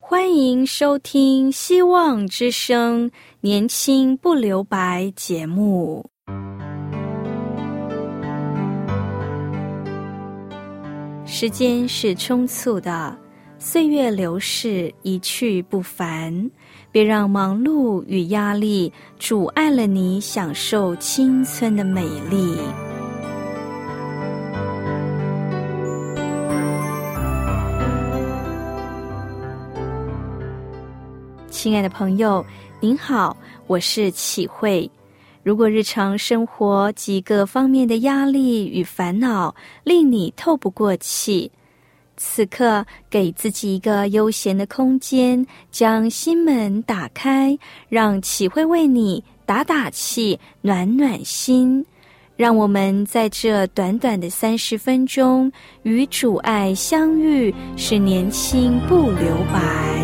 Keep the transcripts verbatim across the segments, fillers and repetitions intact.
欢迎收听希望之声年轻不留白节目。时间是匆促的，岁月流逝，一去不返，别让忙碌与压力阻碍了你享受青春的美丽。亲爱的朋友，您好，我是启慧。如果日常生活几个方面的压力与烦恼令你透不过气，此刻给自己一个悠闲的空间，将心门打开，让启慧为你打打气，暖暖心。让我们在这短短的三十分钟与主爱相遇，使年轻不留白。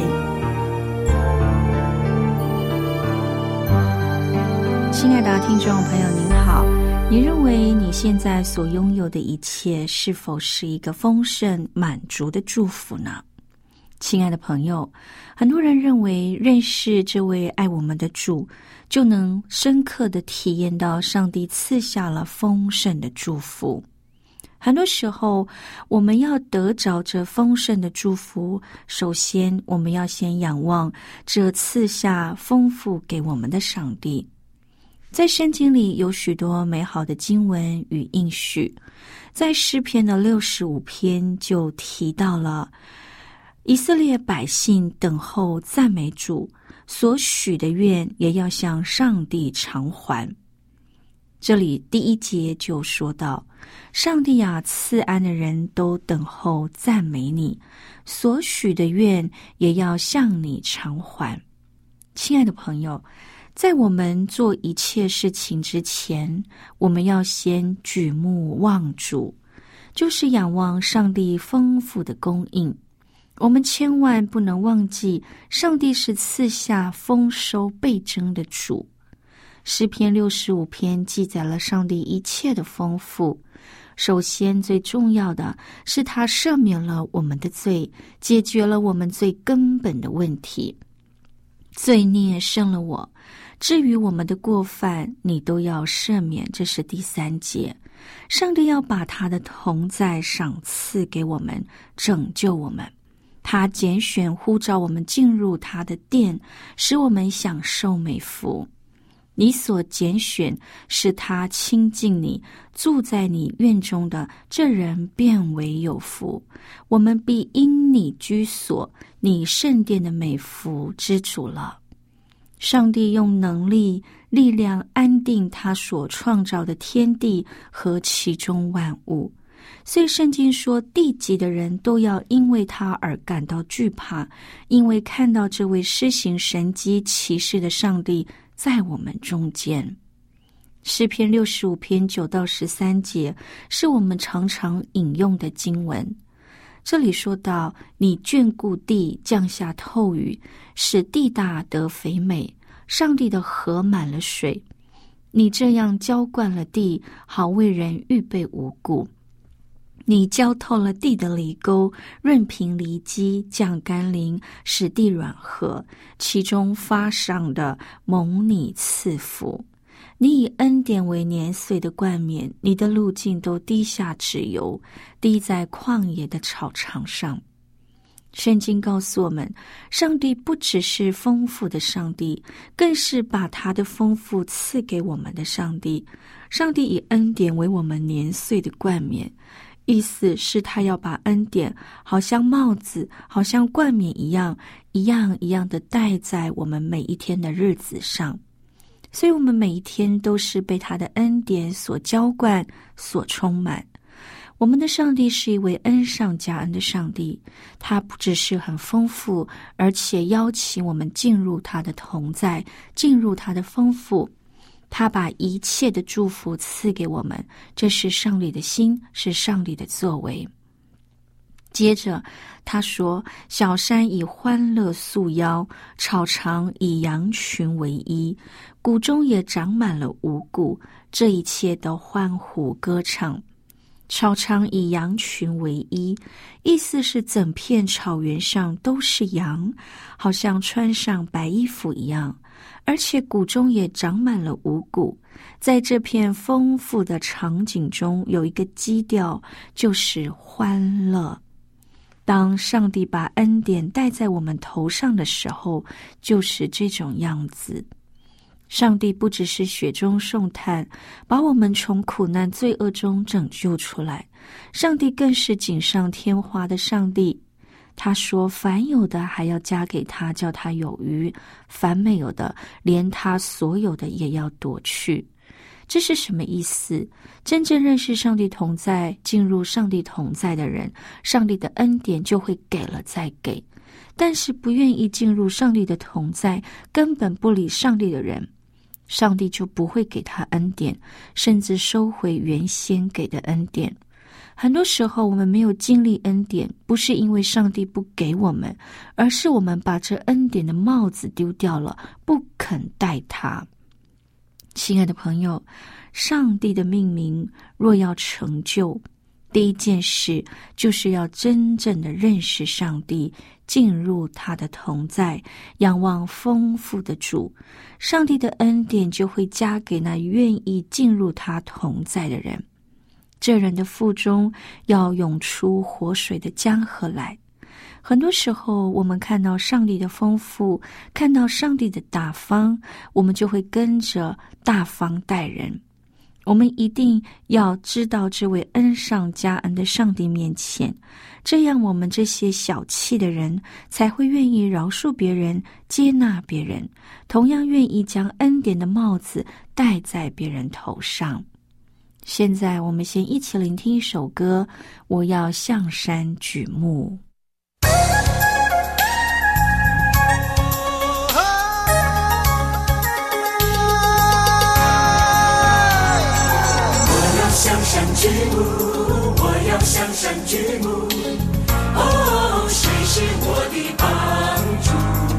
亲爱的听众朋友您好，你认为你现在所拥有的一切是否是一个丰盛满足的祝福呢？亲爱的朋友，很多人认为认识这位爱我们的主，就能深刻地体验到上帝赐下了丰盛的祝福。很多时候，我们要得着这丰盛的祝福，首先我们要先仰望这赐下丰富给我们的上帝。在圣经里有许多美好的经文与应许，在诗篇的六十五篇就提到了以色列百姓等候赞美主，所许的愿也要向上帝偿还。这里第一节就说到，上帝啊，赐安的人都等候赞美你，所许的愿也要向你偿还。亲爱的朋友，在我们做一切事情之前，我们要先举目望主，就是仰望上帝丰富的供应。我们千万不能忘记，上帝是赐下丰收倍增的主。诗篇六十五篇记载了上帝一切的丰富。首先最重要的是，他赦免了我们的罪，解决了我们最根本的问题。罪孽胜了我，至于我们的过犯，你都要赦免，这是第三节。上帝要把他的同在赏赐给我们，拯救我们。他拣选呼召我们进入他的殿，使我们享受美福。你所拣选使他亲近你，住在你院中的这人便为有福。我们必因你居所，你圣殿的美福之主了。上帝用能力、力量安定他所创造的天地和其中万物。所以圣经说，地极的人都要因为他而感到惧怕，因为看到这位施行神迹奇事的上帝在我们中间。诗篇六十五篇九到十三节是我们常常引用的经文。这里说到，你眷顾地，降下透雨，使地大得肥美，上帝的河满了水。你这样浇灌了地，好为人预备五谷。你浇透了地的犁沟，润平犁基，降甘霖，使地软和，其中发赏的蒙你赐福。你以恩典为年岁的冠冕，你的路径都滴下脂油，滴在旷野的草场上。圣经告诉我们，上帝不只是丰富的上帝，更是把他的丰富赐给我们的上帝。上帝以恩典为我们年岁的冠冕，意思是他要把恩典好像帽子，好像冠冕一样，一样一样的戴在我们每一天的日子上。所以我们每一天都是被他的恩典所浇灌，所充满。我们的上帝是一位恩上加恩的上帝，他不只是很丰富，而且邀请我们进入他的同在，进入他的丰富。他把一切的祝福赐给我们，这是上帝的心，是上帝的作为。接着他说，小山以欢乐束腰，草场以羊群为衣，谷中也长满了五谷，这一切都欢呼歌唱。 常常以羊群为衣，意思是整片草原上都是羊，好像穿上白衣服一样，而且谷中也长满了五谷。在这片丰富的场景中，有一个基调，就是欢乐。当上帝把恩典带在我们头上的时候，就是这种样子。上帝不只是雪中送炭，把我们从苦难罪恶中拯救出来，上帝更是锦上添花的上帝。他说凡有的还要加给他，叫他有余；凡没有的，连他所有的也要夺去。这是什么意思？真正认识上帝同在，进入上帝同在的人，上帝的恩典就会给了再给。但是不愿意进入上帝的同在，根本不理上帝的人，上帝就不会给他恩典，甚至收回原先给的恩典。很多时候我们没有经历恩典，不是因为上帝不给我们，而是我们把这恩典的帽子丢掉了，不肯戴它。亲爱的朋友，上帝的命名若要成就，第一件事就是要真正的认识上帝，进入他的同在，仰望丰富的主，上帝的恩典就会加给那愿意进入他同在的人。这人的腹中要涌出活水的江河来。很多时候我们看到上帝的丰富，看到上帝的大方，我们就会跟着大方待人。我们一定要知道这位恩上加恩的上帝面前，这样我们这些小气的人才会愿意饶恕别人，接纳别人，同样愿意将恩典的帽子戴在别人头上。现在我们先一起聆听一首歌，我要向山举目。 向山举目，我要向山举目，哦，谁是我的帮助？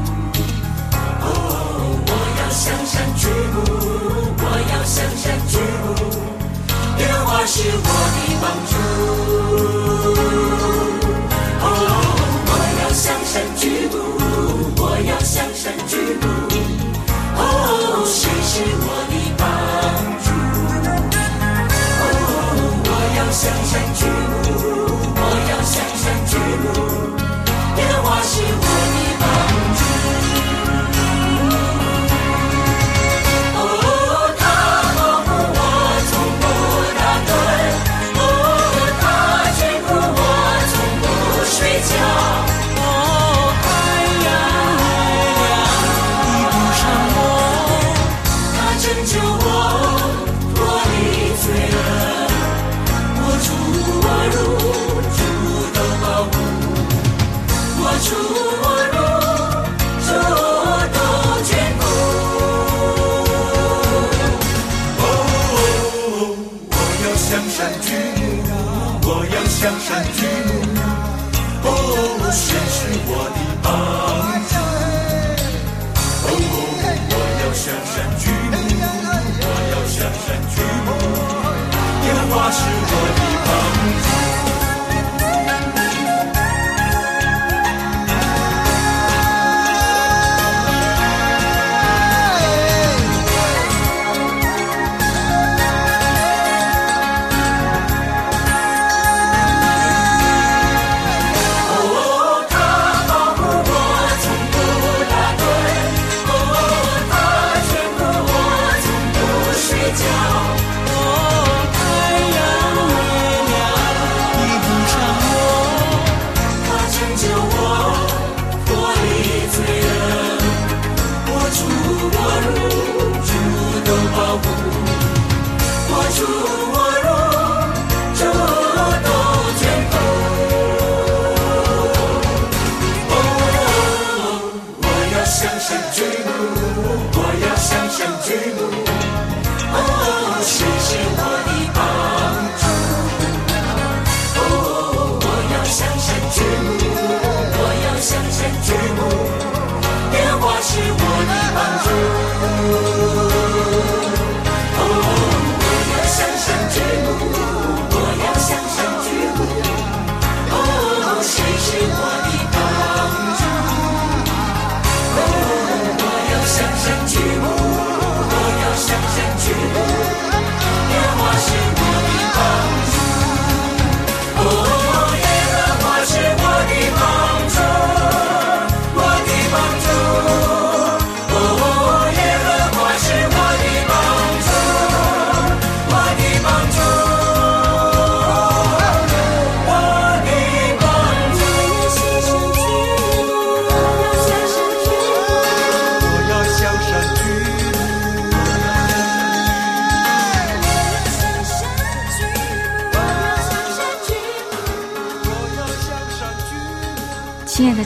哦，我要向山举目，我要向山举目，耶和华是我的帮助。哦，我要向山举目，我要向山举目，哦，谁是我的帮助？向山举目，我要向山举目，耶和华是我的帮助。哦，他保护我从不打盹，哦，他眷顾我从不睡觉。哦，太阳太阳你不伤我，他拯救我脱离罪恶。出我入，主都保护；我出我入，主都眷顾。哦，我要向山举目，我要向山举目。哦，神是我的帮助。哦，我要向山举目，我要向山举目。耶和华是我的帮助。哦，他保护我从不打盹，哦，他眷顾我从不睡觉。主我入，主都眷顾。哦，我要向山举目，我要向山举目。哦，谁是我的帮助？哦，我要向山举目，我要向山举目。耶和华是我的帮助。向山举目，我要向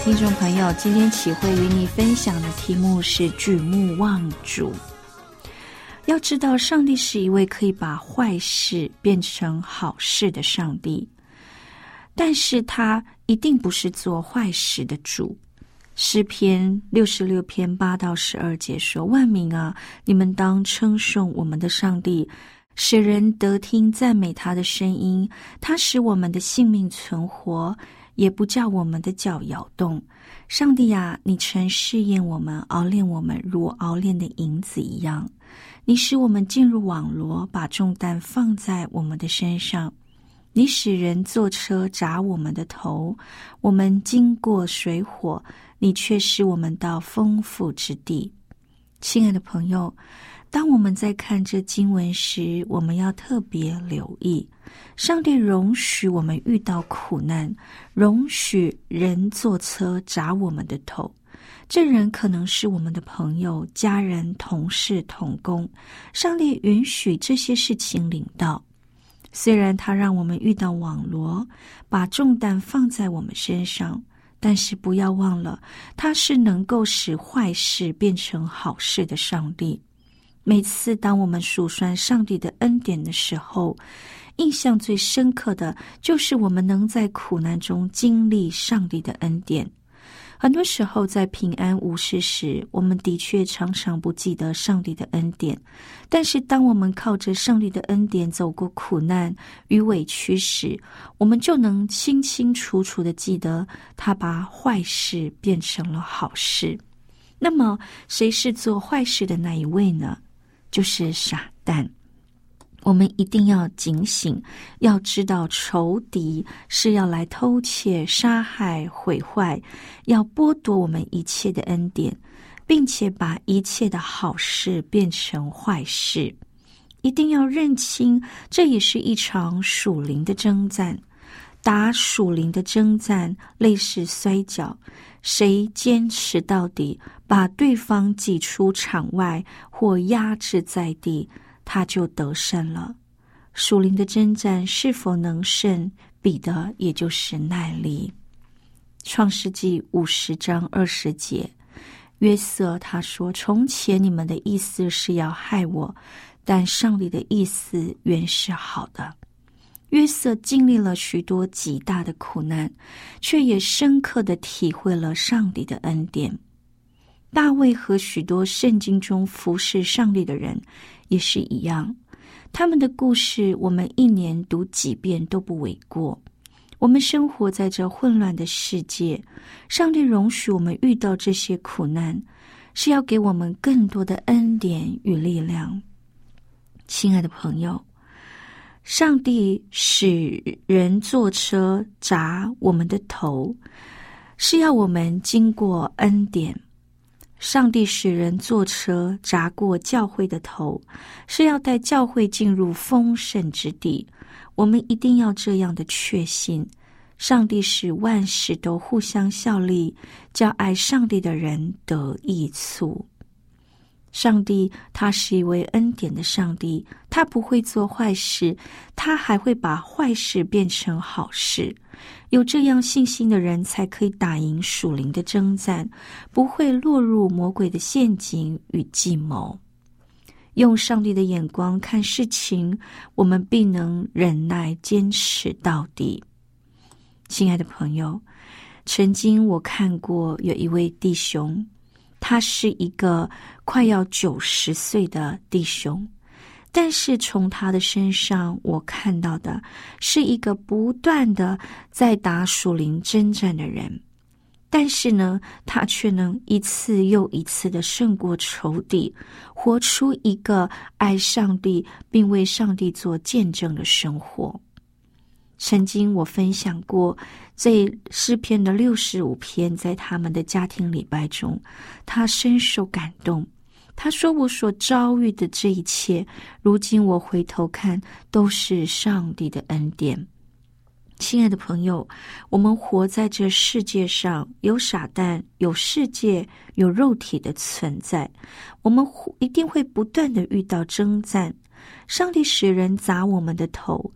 听众朋友，今天启慧与你分享的题目是举目望主。要知道，上帝是一位可以把坏事变成好事的上帝，但是他一定不是做坏事的主。诗篇六十六篇八到十二节说：万民啊，你们当称颂我们的上帝，使人得听赞美他的声音。他使我们的性命存活，也不叫我们的脚摇动。上帝啊，你曾试验我们，熬炼我们，如熬炼的银子一样。你使我们进入网罗，把重担放在我们的身上。你使人坐车砸我们的头，我们经过水火，你却使我们到丰富之地。亲爱的朋友，当我们在看这经文时，我们要特别留意，上帝容许我们遇到苦难，容许人坐车砸我们的头。这人可能是我们的朋友、家人、同事、同工，上帝允许这些事情临到。虽然他让我们遇到网罗，把重担放在我们身上，但是不要忘了，他是能够使坏事变成好事的上帝。每次当我们数算上帝的恩典的时候，印象最深刻的就是我们能在苦难中经历上帝的恩典。很多时候在平安无事时，我们的确常常不记得上帝的恩典，但是当我们靠着上帝的恩典走过苦难与委屈时，我们就能清清楚楚地记得他把坏事变成了好事。那么谁是做坏事的那一位呢？就是撒旦。我们一定要警醒，要知道仇敌是要来偷窃、杀害、毁坏，要剥夺我们一切的恩典，并且把一切的好事变成坏事。一定要认清，这也是一场属灵的征战。打属灵的征战类似摔跤，谁坚持到底，把对方挤出场外或压制在地，他就得胜了。属灵的征战是否能胜，比的也就是耐力。创世纪五十章二十节，约瑟他说：从前你们的意思是要害我，但上帝的意思原是好的。约瑟经历了许多极大的苦难，却也深刻地体会了上帝的恩典。大卫和许多圣经中服侍上帝的人也是一样，他们的故事我们一年读几遍都不为过。我们生活在这混乱的世界，上帝容许我们遇到这些苦难，是要给我们更多的恩典与力量。亲爱的朋友，上帝使人坐车砸我们的头，是要我们经过恩典。上帝使人坐车砸过教会的头，是要带教会进入丰盛之地。我们一定要这样的确信，上帝使万事都互相效力，叫爱上帝的人得益处。上帝他是一位恩典的上帝，他不会做坏事，他还会把坏事变成好事。有这样信心的人才可以打赢属灵的征战，不会落入魔鬼的陷阱与计谋。用上帝的眼光看事情，我们必能忍耐坚持到底。亲爱的朋友，曾经我看过有一位弟兄，他是一个快要九十岁的弟兄，但是从他的身上我看到的是一个不断的在打属灵征战的人，但是呢，他却能一次又一次的胜过仇敌，活出一个爱上帝并为上帝做见证的生活。曾经我分享过这诗篇的六十五篇，在他们的家庭礼拜中，他深受感动。他说，我所遭遇的这一切，如今我回头看，都是上帝的恩典。亲爱的朋友，我们活在这世界上，有撒旦，有世界，有肉体的存在，我们一定会不断的遇到征战。上帝使人砸我们的头，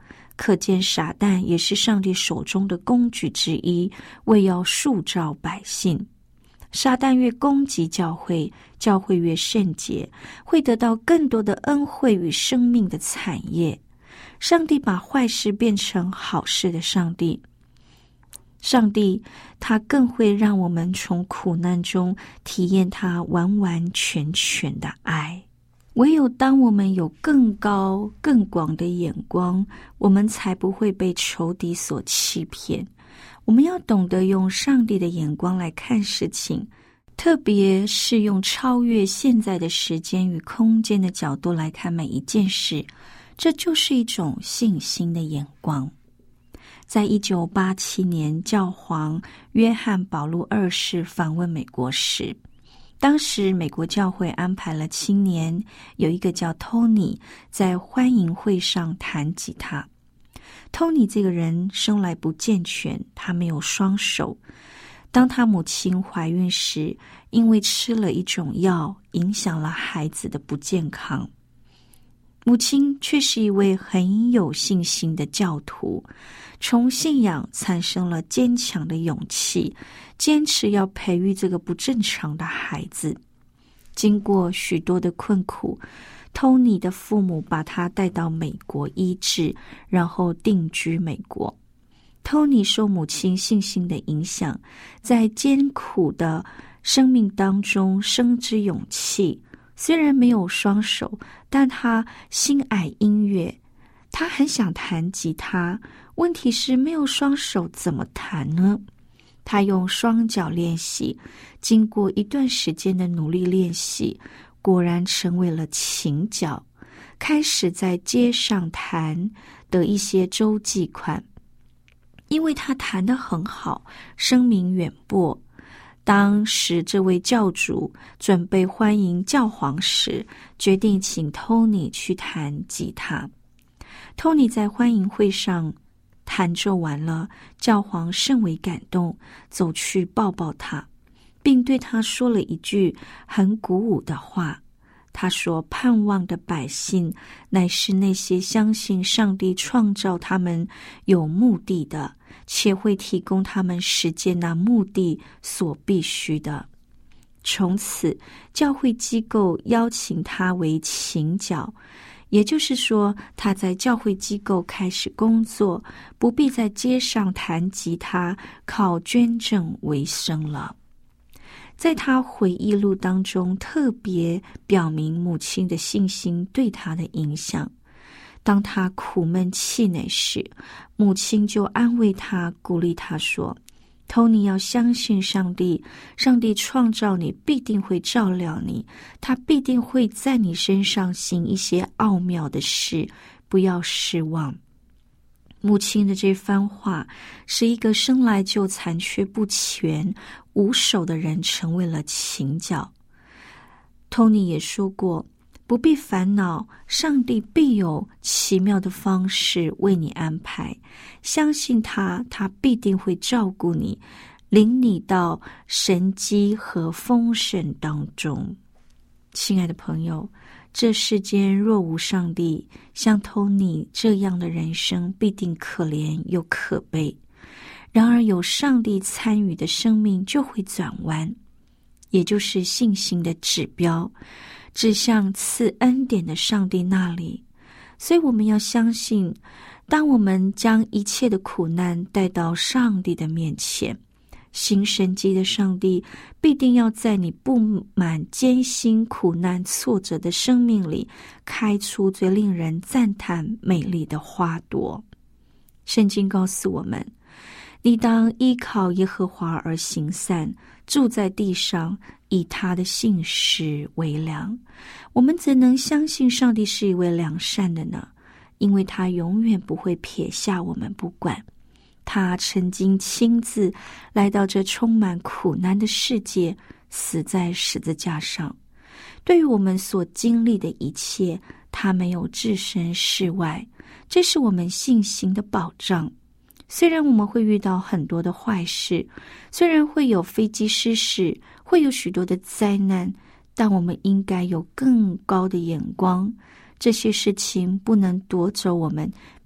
可见撒旦也是上帝手中的工具之一，为要塑造百姓。撒旦越攻击教会，教会越圣洁，会得到更多的恩惠与生命的产业。上帝把坏事变成好事的上帝，上帝他更会让我们从苦难中体验他完完全全的爱。唯有当我们有更高更广的眼光，我们才不会被仇敌所欺骗。我们要懂得用上帝的眼光来看事情，特别是用超越现在的时间与空间的角度来看每一件事，这就是一种信心的眼光。在一九八七年，教皇约翰保禄二世访问美国时，当时美国教会安排了青年，有一个叫 Tony 在欢迎会上弹吉他。Tony 这个人生来不健全，他没有双手。当他母亲怀孕时，因为吃了一种药，影响了孩子的不健康。母亲却是一位很有信心的教徒，从信仰产生了坚强的勇气，坚持要培育这个不正常的孩子。经过许多的困苦，托尼的父母把他带到美国医治，然后定居美国。托尼受母亲信心的影响，在艰苦的生命当中生之勇气。虽然没有双手，但他心爱音乐，他很想弹吉他。问题是没有双手怎么弹呢？他用双脚练习，经过一段时间的努力练习，果然成为了琴脚，开始在街上弹得一些周济款。因为他弹得很好，声名远播。当时这位教主准备欢迎教皇时，决定请 Tony 去弹吉他。Tony 在欢迎会上弹奏完了，教皇甚为感动，走去抱抱他，并对他说了一句很鼓舞的话。他说，盼望的百姓乃是那些相信上帝创造他们有目的的，且会提供他们实践那目的所必须的。从此，教会机构邀请他为琴脚，也就是说，他在教会机构开始工作，不必在街上弹吉他，靠捐赠为生了。在他回忆录当中，特别表明母亲的信心对他的影响。当他苦闷气馁时，母亲就安慰他，鼓励他说，托尼要相信上帝，上帝创造你必定会照料你，他必定会在你身上行一些奥妙的事，不要失望。母亲的这番话使一个生来就残缺不全无手的人成为了琴脚。托尼也说过，不必烦恼，上帝必有奇妙的方式为你安排，相信他，他必定会照顾你，领你到神机和丰盛当中。亲爱的朋友，这世间若无上帝，像托尼这样的人生必定可怜又可悲。然而有上帝参与的生命就会转弯，也就是信心的指标，指向赐恩典的上帝那里。所以我们要相信，当我们将一切的苦难带到上帝的面前，行神迹的上帝必定要在你布满艰辛、苦难、挫折的生命里，开出最令人赞叹美丽的花朵。圣经告诉我们，你当依靠耶和华而行善，住在地上，以他的信实为粮。我们怎能相信上帝是一位良善的呢？因为他永远不会撇下我们不管。他曾经亲自来到这充满苦难的世界，死在十字架上。对于我们所经历的一切，他没有置身事外，这是我们信心的保障。虽然我们会遇到很多的坏事，虽然会有飞机失事，会有许多的灾难，但我们应该有更高的眼光。这些事情不能夺走我们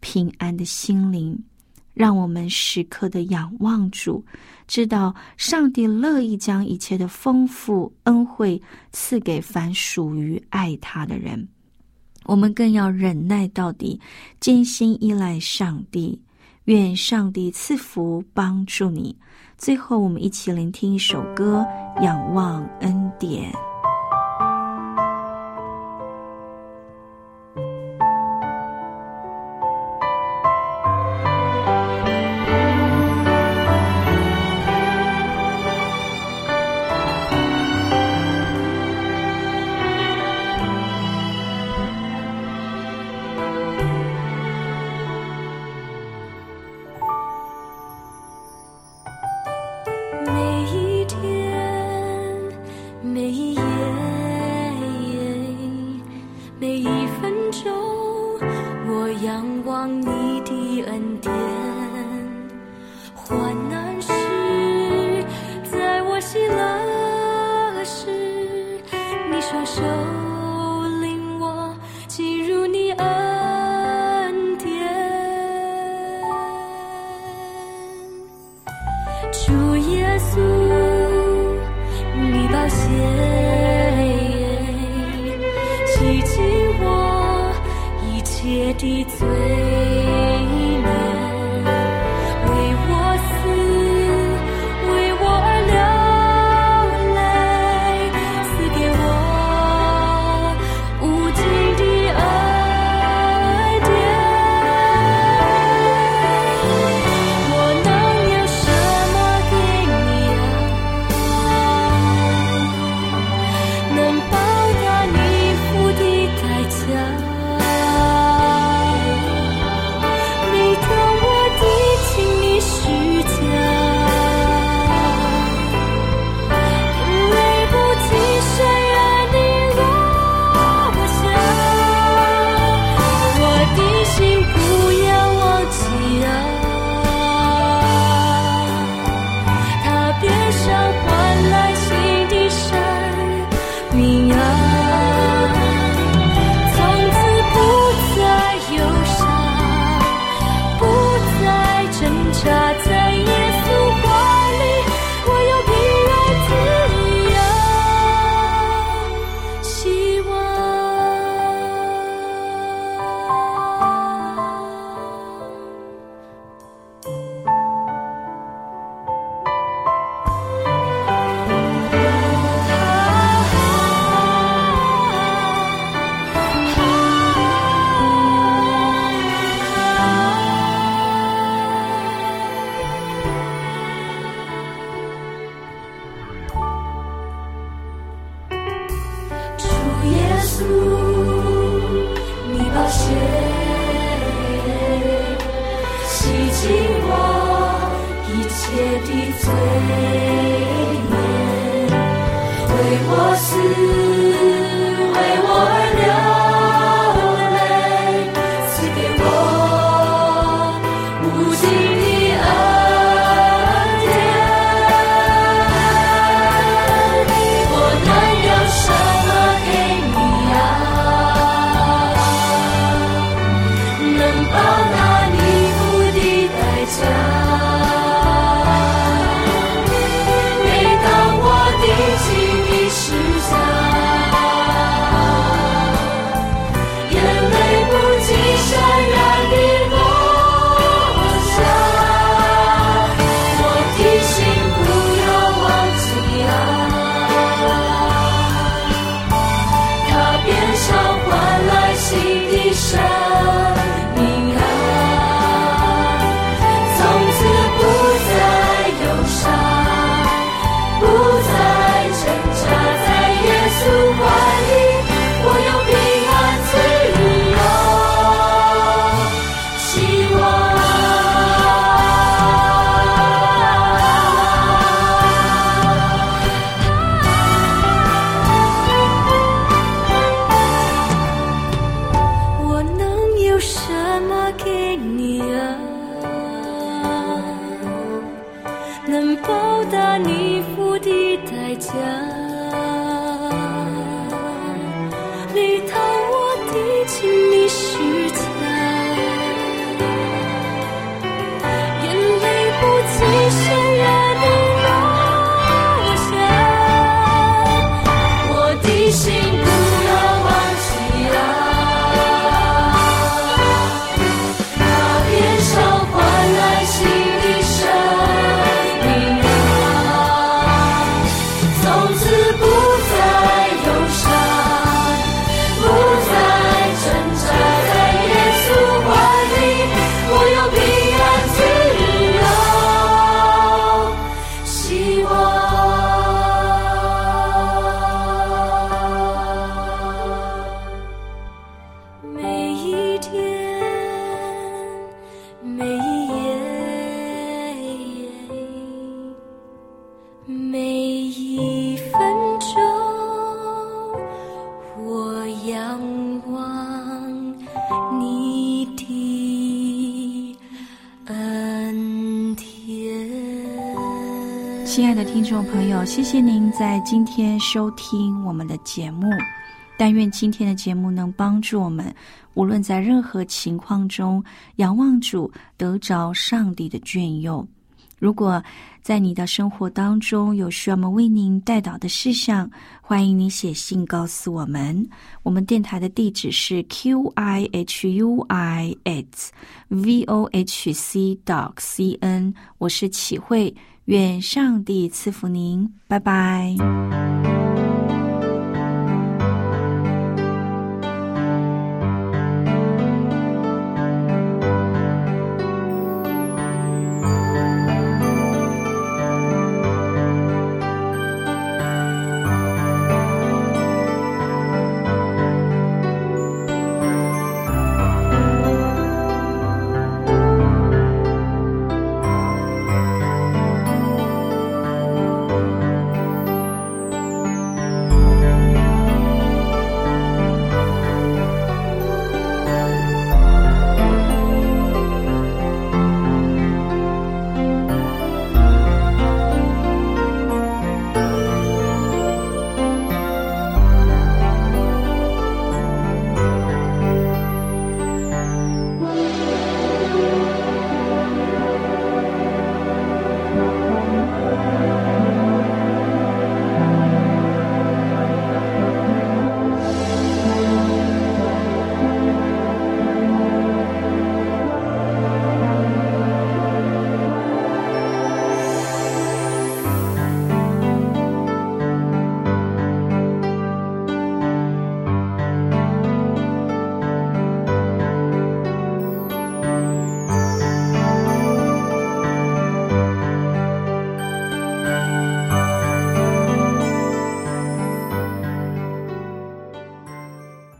平安的心灵，让我们时刻的仰望主，知道上帝乐意将一切的丰富恩惠赐给凡属于爱他的人。我们更要忍耐到底，艰辛依赖上帝。愿上帝赐福帮助你。最后我们一起聆听一首歌，仰望恩典。 主耶稣，你宝血洗净我一切的罪孽，为我死，为我而流泪，赐给我无尽的恩典。我能有什么给你啊？能报答你付的代价？每当我提起你施加，眼泪不禁潸然地落下。我的心不要忘记啊，他边上换来新的生命啊，从此不再忧伤，不再挣扎，在耶稣怀里，我有平安自由希望。主耶稣，你宝血洗净我一切的罪孽，为我死，为我而流泪，赐给我无尽的恩典。我能有什么给你啊？能报答你付的代价？每当我提起你施加，眼泪不禁潸然地落下。我的心不要忘记啊，他边上换来新的生命啊，从此不再忧伤，不再挣扎，在耶稣亲爱的听众朋友，谢谢您在今天收听我们的节目。但愿今天的节目能帮助我们，无论在任何情况中，仰望主，得着上帝的眷佑。如果在你的生活当中有需要我们为您代祷的事项，欢迎你写信告诉我们。我们电台的地址是 q i h u i at v o h c dot c n， 我是启慧，愿上帝赐福您，拜拜。